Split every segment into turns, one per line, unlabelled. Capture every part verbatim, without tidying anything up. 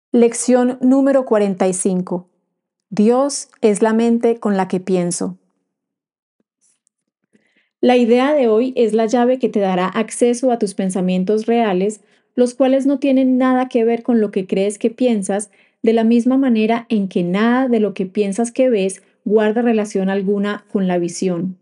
Lección número cuarenta y cinco. Dios es la mente con la que pienso. La idea de hoy es la llave que te dará acceso a tus pensamientos reales, los cuales no tienen nada que ver con lo que crees que piensas, de la misma manera en que nada de lo que piensas que ves guarda relación alguna con la visión.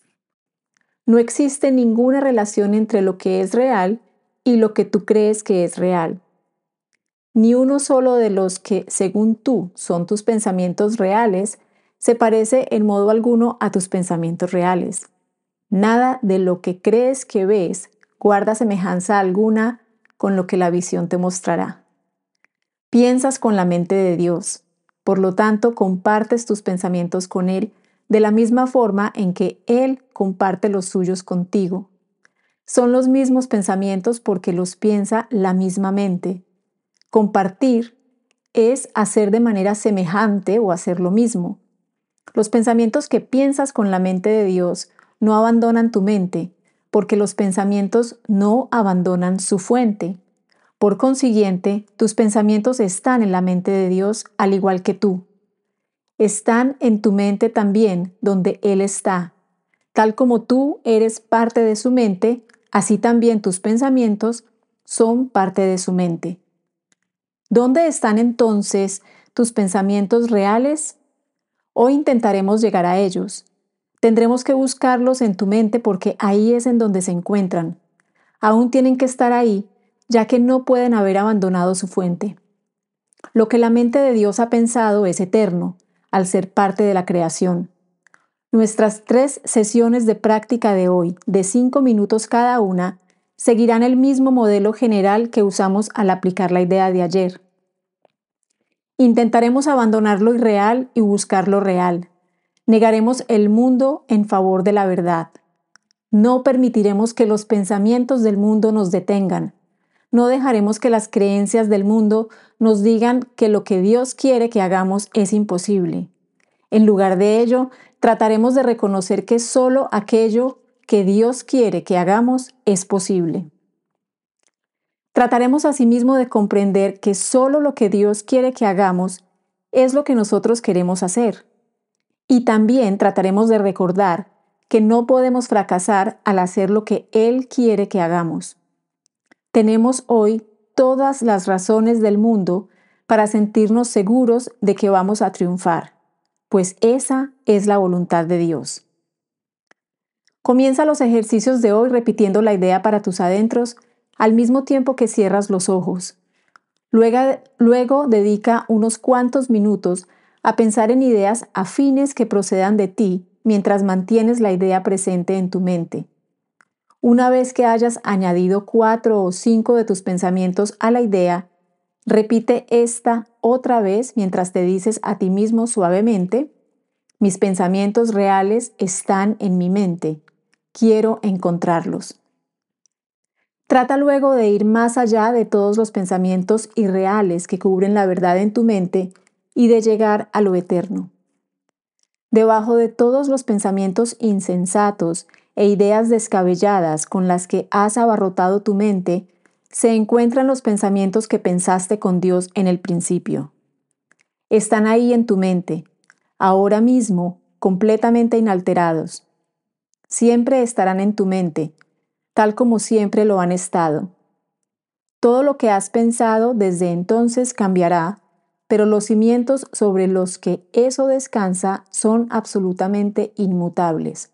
No existe ninguna relación entre lo que es real y lo que tú crees que es real. Ni uno solo de los que, según tú, son tus pensamientos reales, se parece en modo alguno a tus pensamientos reales. Nada de lo que crees que ves guarda semejanza alguna con lo que la visión te mostrará. Piensas con la mente de Dios, por lo tanto compartes tus pensamientos con Él de la misma forma en que Él comparte los suyos contigo. Son los mismos pensamientos porque los piensa la misma mente. Compartir es hacer de manera semejante o hacer lo mismo. Los pensamientos que piensas con la mente de Dios no abandonan tu mente, porque los pensamientos no abandonan su fuente. Por consiguiente, tus pensamientos están en la mente de Dios al igual que tú. Están en tu mente también, donde Él está. Tal como tú eres parte de su mente, así también tus pensamientos son parte de su mente. ¿Dónde están entonces tus pensamientos reales? Hoy intentaremos llegar a ellos. Tendremos que buscarlos en tu mente porque ahí es en donde se encuentran. Aún tienen que estar ahí, ya que no pueden haber abandonado su fuente. Lo que la mente de Dios ha pensado es eterno, al ser parte de la creación. Nuestras tres sesiones de práctica de hoy, de cinco minutos cada una, seguirán el mismo modelo general que usamos al aplicar la idea de ayer. Intentaremos abandonar lo irreal y buscar lo real. Negaremos el mundo en favor de la verdad. No permitiremos que los pensamientos del mundo nos detengan. No dejaremos que las creencias del mundo nos digan que lo que Dios quiere que hagamos es imposible. En lugar de ello, trataremos de reconocer que solo aquello que Dios quiere que hagamos es posible. Trataremos asimismo de comprender que solo lo que Dios quiere que hagamos es lo que nosotros queremos hacer. Y también trataremos de recordar que no podemos fracasar al hacer lo que Él quiere que hagamos. Tenemos hoy todas las razones del mundo para sentirnos seguros de que vamos a triunfar, pues esa es la voluntad de Dios. Comienza los ejercicios de hoy repitiendo la idea para tus adentros al mismo tiempo que cierras los ojos. Luego, luego dedica unos cuantos minutos a pensar en ideas afines que procedan de ti mientras mantienes la idea presente en tu mente. Una vez que hayas añadido cuatro o cinco de tus pensamientos a la idea, repite esta otra vez mientras te dices a ti mismo suavemente: mis pensamientos reales están en mi mente. Quiero encontrarlos. Trata luego de ir más allá de todos los pensamientos irreales que cubren la verdad en tu mente y de llegar a lo eterno. Debajo de todos los pensamientos insensatos e ideas descabelladas con las que has abarrotado tu mente, se encuentran los pensamientos que pensaste con Dios en el principio. Están ahí en tu mente, ahora mismo, completamente inalterados. Siempre estarán en tu mente, tal como siempre lo han estado. Todo lo que has pensado desde entonces cambiará, pero los cimientos sobre los que eso descansa son absolutamente inmutables.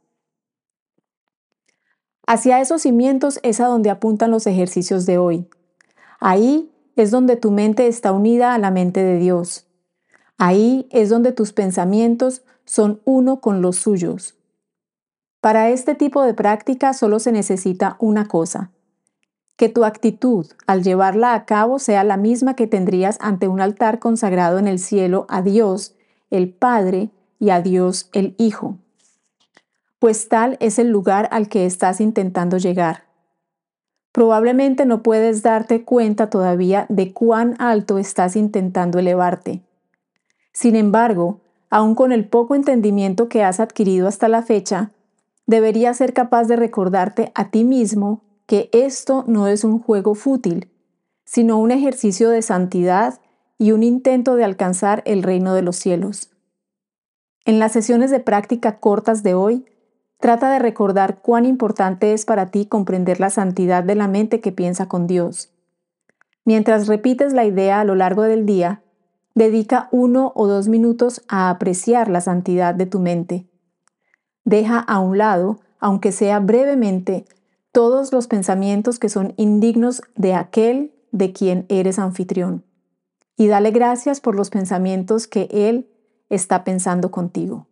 Hacia esos cimientos es a donde apuntan los ejercicios de hoy. Ahí es donde tu mente está unida a la mente de Dios. Ahí es donde tus pensamientos son uno con los suyos. Para este tipo de práctica solo se necesita una cosa: que tu actitud al llevarla a cabo sea la misma que tendrías ante un altar consagrado en el cielo a Dios, el Padre, y a Dios, el Hijo. Pues tal es el lugar al que estás intentando llegar. Probablemente no puedes darte cuenta todavía de cuán alto estás intentando elevarte. Sin embargo, aun con el poco entendimiento que has adquirido hasta la fecha, deberías ser capaz de recordarte a ti mismo que esto no es un juego fútil, sino un ejercicio de santidad y un intento de alcanzar el reino de los cielos. En las sesiones de práctica cortas de hoy, trata de recordar cuán importante es para ti comprender la santidad de la mente que piensa con Dios. Mientras repites la idea a lo largo del día, dedica uno o dos minutos a apreciar la santidad de tu mente. Deja a un lado, aunque sea brevemente, todos los pensamientos que son indignos de aquel de quien eres anfitrión. Y dale gracias por los pensamientos que Él está pensando contigo.